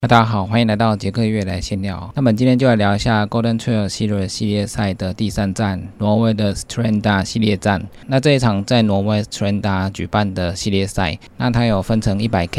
大家好，欢迎来到杰克越来闲聊。那么今天就来聊一下 Golden Trail Series 系列赛的第3站，挪威的 Stranda 系列战。那这一场在挪威 Stranda 举办的系列赛，那它有分成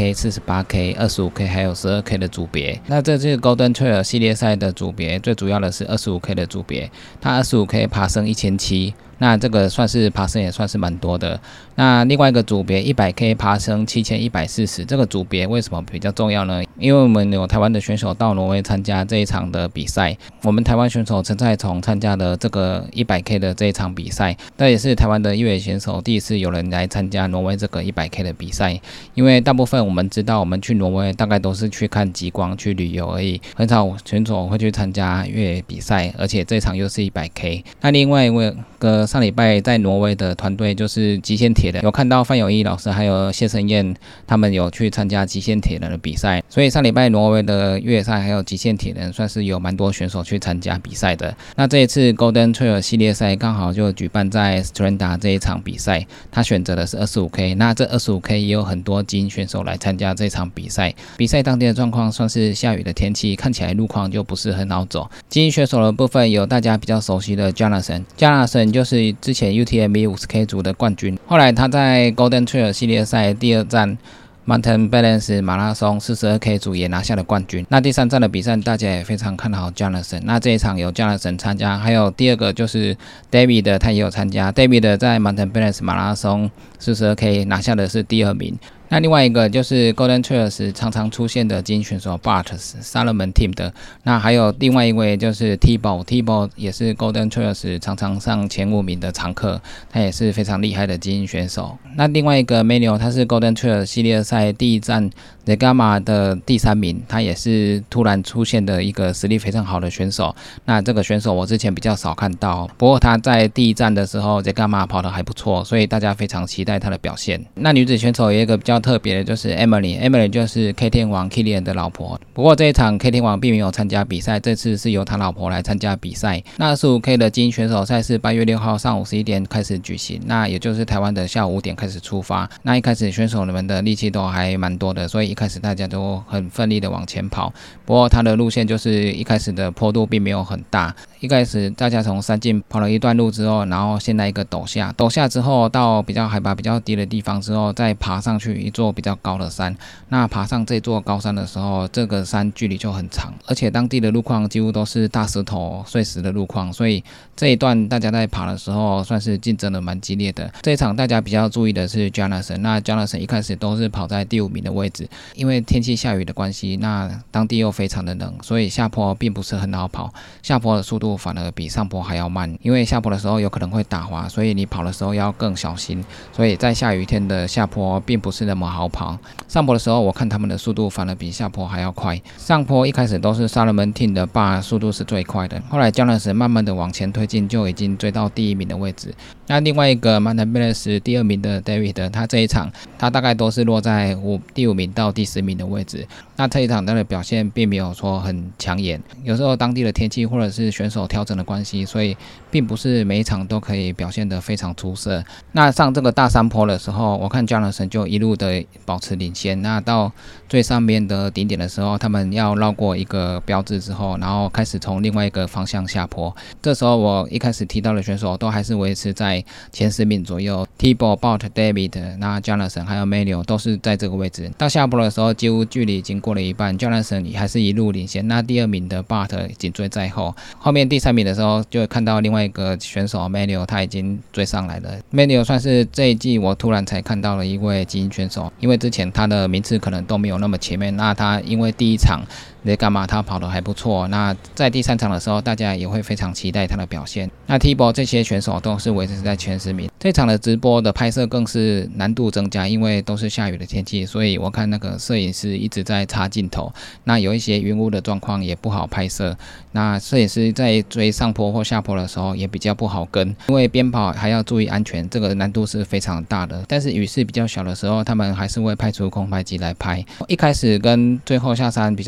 100K、48K、25K 还有 12K 的组别。那这次 Golden Trail 系列赛的组别最主要的是 25K 的组别，它 25K 爬升1700。那这个算是爬升也算是蛮多的。那另外一个组别 100K 爬升7140，这个组别为什么比较重要呢？因为我们有台湾的选手到挪威参加这一场的比赛，我们台湾选手陈蔡崇参加了这个 100K 的这一场比赛，这也是台湾的越野选手第一次有人来参加挪威这个 100K 的比赛。因为大部分我们知道，我们去挪威大概都是去看极光、去旅游而已，很少选手会去参加越野比赛，而且这场又是 100K。那另外一位上礼拜在挪威的团队就是极限铁人，有看到范友义老师还有谢生燕他们有去参加极限铁人的比赛，所以上礼拜挪威的越野赛还有极限铁人算是有蛮多选手去参加比赛的。那这一次 Golden Trail 系列赛刚好就举办在 Stranda 这一场比赛，他选择的是 25K， 那这 25K 也有很多精英选手来参加这场比赛。比赛当天的状况算是下雨的天气，看起来路况就不是很好走。精英选手的部分有大家比较熟悉的 Jonathan 就是之前 UTMB 50K 组的冠军，后来他在 Golden Trail 系列赛第2站Mountain Balance 马拉松 42K 组也拿下了冠军。那第3站的比赛大家也非常看好 Jonathan， 那这一场有 Jonathan 参加，还有第2个就是 David 他也有参加。 David 在 Mountain Balance 马拉松 42K 拿下的是第2名。那另外一个就是 Golden Trails 常常出现的精英选手 Bart Salomon Team 的，那还有另外一位就是 Thibaut 也是 Golden Trails 常常上前5名的常客，他也是非常厉害的精英选手。那另外一个 Manuel 他是 Golden Trails 系列赛第1站 Zegama 的第3名，他也是突然出现的一个实力非常好的选手。那这个选手我之前比较少看到，不过他在第1站的时候 Zegama 跑得还不错，所以大家非常期待他的表现。那女子选手有一个比较特别的就是 Emily 就是 K 天王 Kilian 的老婆，不过这一场 K 天王并没有参加比赛，这次是由他老婆来参加比赛。那 25K 的精英选手赛事8月6号上午11点开始举行，那也就是台湾的下午5点开始出发。那一开始选手们的力气都还蛮多的，所以一开始大家都很奋力的往前跑。不过他的路线就是一开始的坡度并没有很大，一开始大家从山径跑了一段路之后，然后先来一个陡下之后到比较海拔比较低的地方之后，再爬上去一座比较高的山。那爬上这座高山的时候，这个山距离就很长，而且当地的路况几乎都是大石头碎石的路况，所以这一段大家在爬的时候算是竞争的蛮激烈的。这一场大家比较注意的是 Jonathan， 那 Jonathan 一开始都是跑在第5名的位置，因为天气下雨的关系，那当地又非常的冷，所以下坡并不是很好跑，下坡的速度反而比上坡还要慢，因为下坡的时候有可能会打滑，所以你跑的时候要更小心，所以在下雨天的下坡并不是那么好跑。上坡的时候我看他们的速度反而比下坡还要快，上坡一开始都是 Salomon Team 的Bar 速度是最快的，后来 Jonathan 慢慢的往前推进，就已经追到第1名的位置。那另外一个 Mountain Balance 第2名的 David， 他这一场他大概都是落在第5名到第10名的位置。那这一场他的表现并没有说很抢眼，有时候当地的天气或者是选手调整的关系，所以并不是每一场都可以表现得非常出色。那上这个大山坡的时候，我看 Jonathan 就一路的保持领先，那到最上面的顶点的时候，他们要绕过一个标志之后，然后开始从另外一个方向下坡。这时候我一开始提到的选手都还是维持在前10名左右， Thibaut David 那 Jonathan 还有 Manuel 都是在这个位置。到下坡的时候几乎距离已经过了一半， Jonathan 还是一路领先，那第2名的 Bart 紧追在后。后面第3名的时候就看到另外一个选手 Manuel 他已经追上来了。 Manuel 算是这一季我突然才看到了一位精英选手，因为之前他的名次可能都没有那么前面，那他因为第1场Zegama他跑得还不错，那在第3场的时候大家也会非常期待他的表现。那 Thibaut 这些选手都是维持在前10名。这场的直播的拍摄更是难度增加，因为都是下雨的天气，所以我看那个摄影师一直在擦镜头，那有一些云雾的状况也不好拍摄，那摄影师在追上坡或下坡的时候也比较不好跟，因为边跑还要注意安全，这个难度是非常大的。但是雨势比较小的时候，他们还是会派出空拍机来拍。一开始跟最后下山比较宽敞的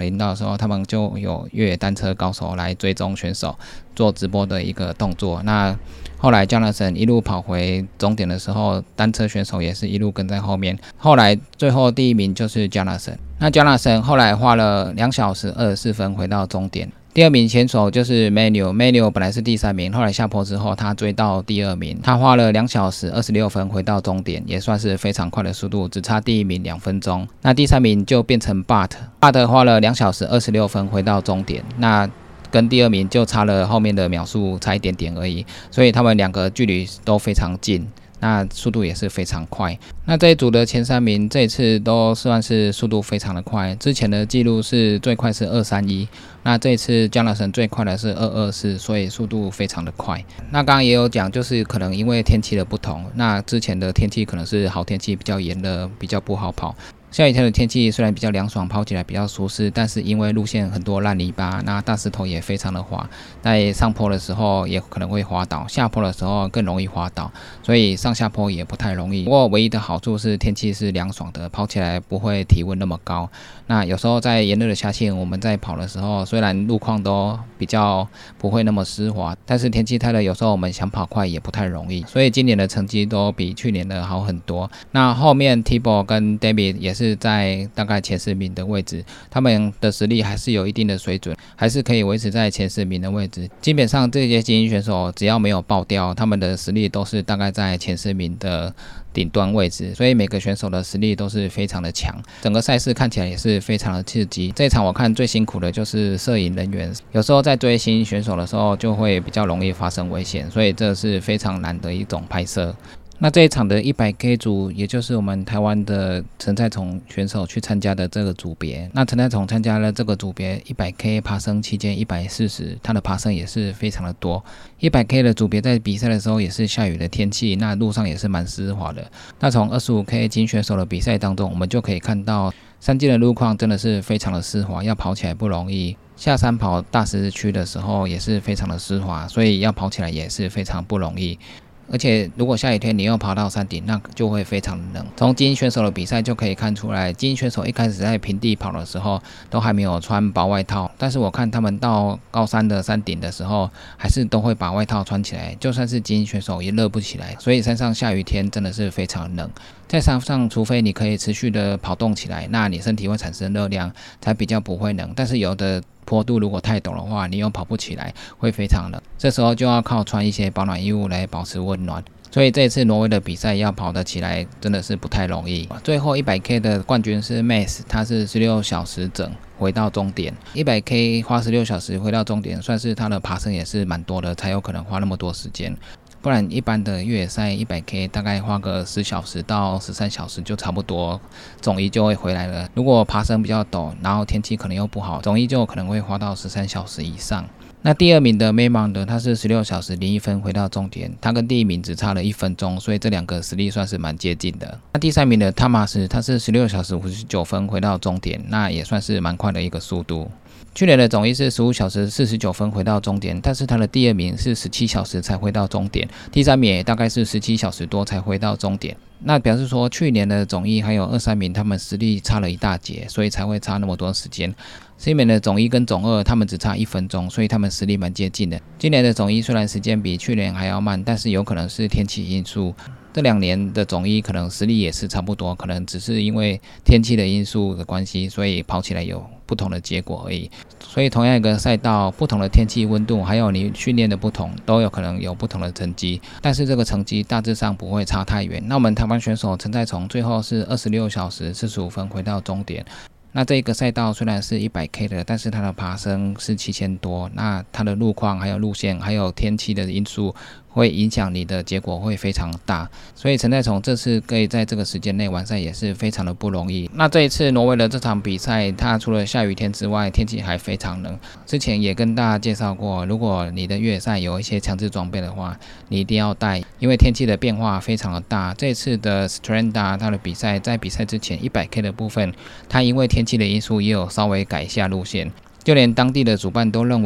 的引导的时候，他们就有越野单车高手来追踪选手，做直播的一个动作。那后来 Jonathan 一路跑回终点的时候，单车选手也是一路跟在后面。后来最后第一名就是 Jonathan。那 Jonathan 后来花了2小时24分回到终点。第二名选手就是 Manuel 本来是第3名，后来下坡之后他追到第2名，他花了2小时26分回到终点，也算是非常快的速度，只差第1名2分钟。那第3名就变成 Bart 花了2小时26分回到终点，那跟第2名就差了后面的秒数差一点点而已，所以他们2个距离都非常近，那速度也是非常快。那这一组的前3名这一次都算是速度非常的快，之前的记录是最快是231，那这一次Jonathan最快的是224，所以速度非常的快。那刚刚也有讲，就是可能因为天气的不同，那之前的天气可能是好天气，比较炎热，比较不好跑。下雨天的天气虽然比较凉爽，跑起来比较舒适，但是因为路线很多烂泥巴，那大石头也非常的滑，在上坡的时候也可能会滑倒，下坡的时候更容易滑倒，所以上下坡也不太容易。不过唯一的好处是天气是凉爽的，跑起来不会体温那么高。那有时候在炎热的夏天，我们在跑的时候，虽然路况都比较不会那么湿滑，但是天气太热，有时候我们想跑快也不太容易。所以今年的成绩都比去年的好很多。那后面 Thibaut 跟 David 也是在大概前10名的位置，他们的实力还是有一定的水准，还是可以维持在前10名的位置。基本上这些精英选手只要没有爆掉，他们的实力都是大概在前10名的顶端位置，所以每个选手的实力都是非常的强，整个赛事看起来也是非常的刺激。这一场我看最辛苦的就是摄影人员，有时候在追新兴选手的时候就会比较容易发生危险，所以这是非常难的一种拍摄。那这一场的 100K 组，也就是我们台湾的陈蔡崇选手去参加的这个组别。那陈蔡崇参加了这个组别 100K 爬升期间140，他的爬升也是非常的多。100K 的组别在比赛的时候也是下雨的天气，那路上也是蛮湿滑的。那从25K 精英选手的比赛当中，我们就可以看到山径的路况真的是非常的湿滑，要跑起来不容易。下山跑大石区的时候也是非常的湿滑，所以要跑起来也是非常不容易。而且如果下雨天你又跑到山顶，那就会非常冷。从精英选手的比赛就可以看出来，精英选手一开始在平地跑的时候都还没有穿薄外套，但是我看他们到高山的山顶的时候，还是都会把外套穿起来，就算是精英选手也热不起来。所以山上下雨天真的是非常冷，在山上除非你可以持续的跑动起来，那你身体会产生热量，才比较不会冷。但是有的坡度如果太陡的话，你又跑不起来，会非常冷，这时候就要靠穿一些保暖衣物来保持温暖。所以这一次挪威的比赛要跑得起来真的是不太容易。最后 100K 的冠军是 Max， 他是16小时整回到终点。100K 花16小时回到终点，算是他的爬升也是蛮多的，才有可能花那么多时间。不然一般的越野赛 100K 大概花个10小时到13小时就差不多，总一就会回来了。如果爬升比较陡，然后天气可能又不好，总一就可能会花到13小时以上。那第2名的 Maymond 他是16小时01分回到终点，他跟第1名只差了1分钟，所以这2个实力算是蛮接近的。那第3名的 Thomas 他是16小时59分回到终点，那也算是蛮快的一个速度。去年的总一是15小时49分回到终点，但是他的第2名是17小时才回到终点，第3名也大概是17小时多才回到终点。那表示说去年的总一还有2、3名他们实力差了一大截，所以才会差那么多时间。今年的总一跟总2他们只差1分钟，所以他们实力蛮接近的。今年的总一虽然时间比去年还要慢，但是有可能是天气因素。这2年的总一可能实力也是差不多，可能只是因为天气的因素的关系，所以跑起来有不同的结果而已。所以同样一个赛道，不同的天气温度，还有你训练的不同，都有可能有不同的成绩，但是这个成绩大致上不会差太远。那我们台湾选手陈蔡崇最后是26小时45分回到终点。那这个赛道虽然是 100K 的，但是它的爬升是7000多，那它的路况还有路线还有天气的因素会影响你的结果会非常大，所以陈蔡崇这次可以在这个时间内完赛也是非常的不容易。那这一次挪威的这场比赛，它除了下雨天之外，天气还非常冷。之前也跟大家介绍过，如果你的越野赛有一些强制装备的话，你一定要带，因为天气的变化非常的大。这次的 Strenda 它的比赛在比赛之前 100K 的部分，它因为天气的因素也有稍微改一下路线。就连当地的主办都认为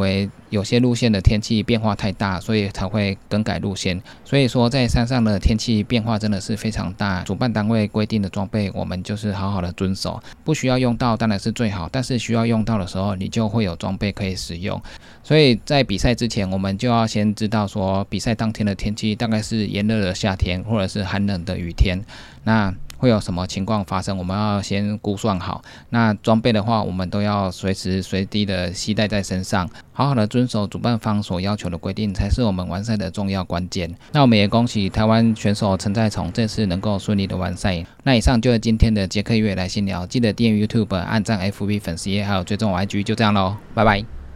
有些路线的天气变化太大，所以才会更改路线。所以说在山上的天气变化真的是非常大，主办单位规定的装备我们就是好好的遵守，不需要用到当然是最好，但是需要用到的时候你就会有装备可以使用。所以在比赛之前我们就要先知道说比赛当天的天气大概是炎热的夏天或者是寒冷的雨天，那会有什么情况发生，我们要先估算好。那装备的话我们都要随时随地的携带在身上，好好的遵守主办方所要求的规定，才是我们完赛的重要关键。那我们也恭喜台湾选手陈在崇这次能够顺利的完赛。那以上就是今天的杰克月来闲聊，记得订阅 YouTube、按赞 FB 粉丝页，还有追踪我 IG，就这样咯，拜拜。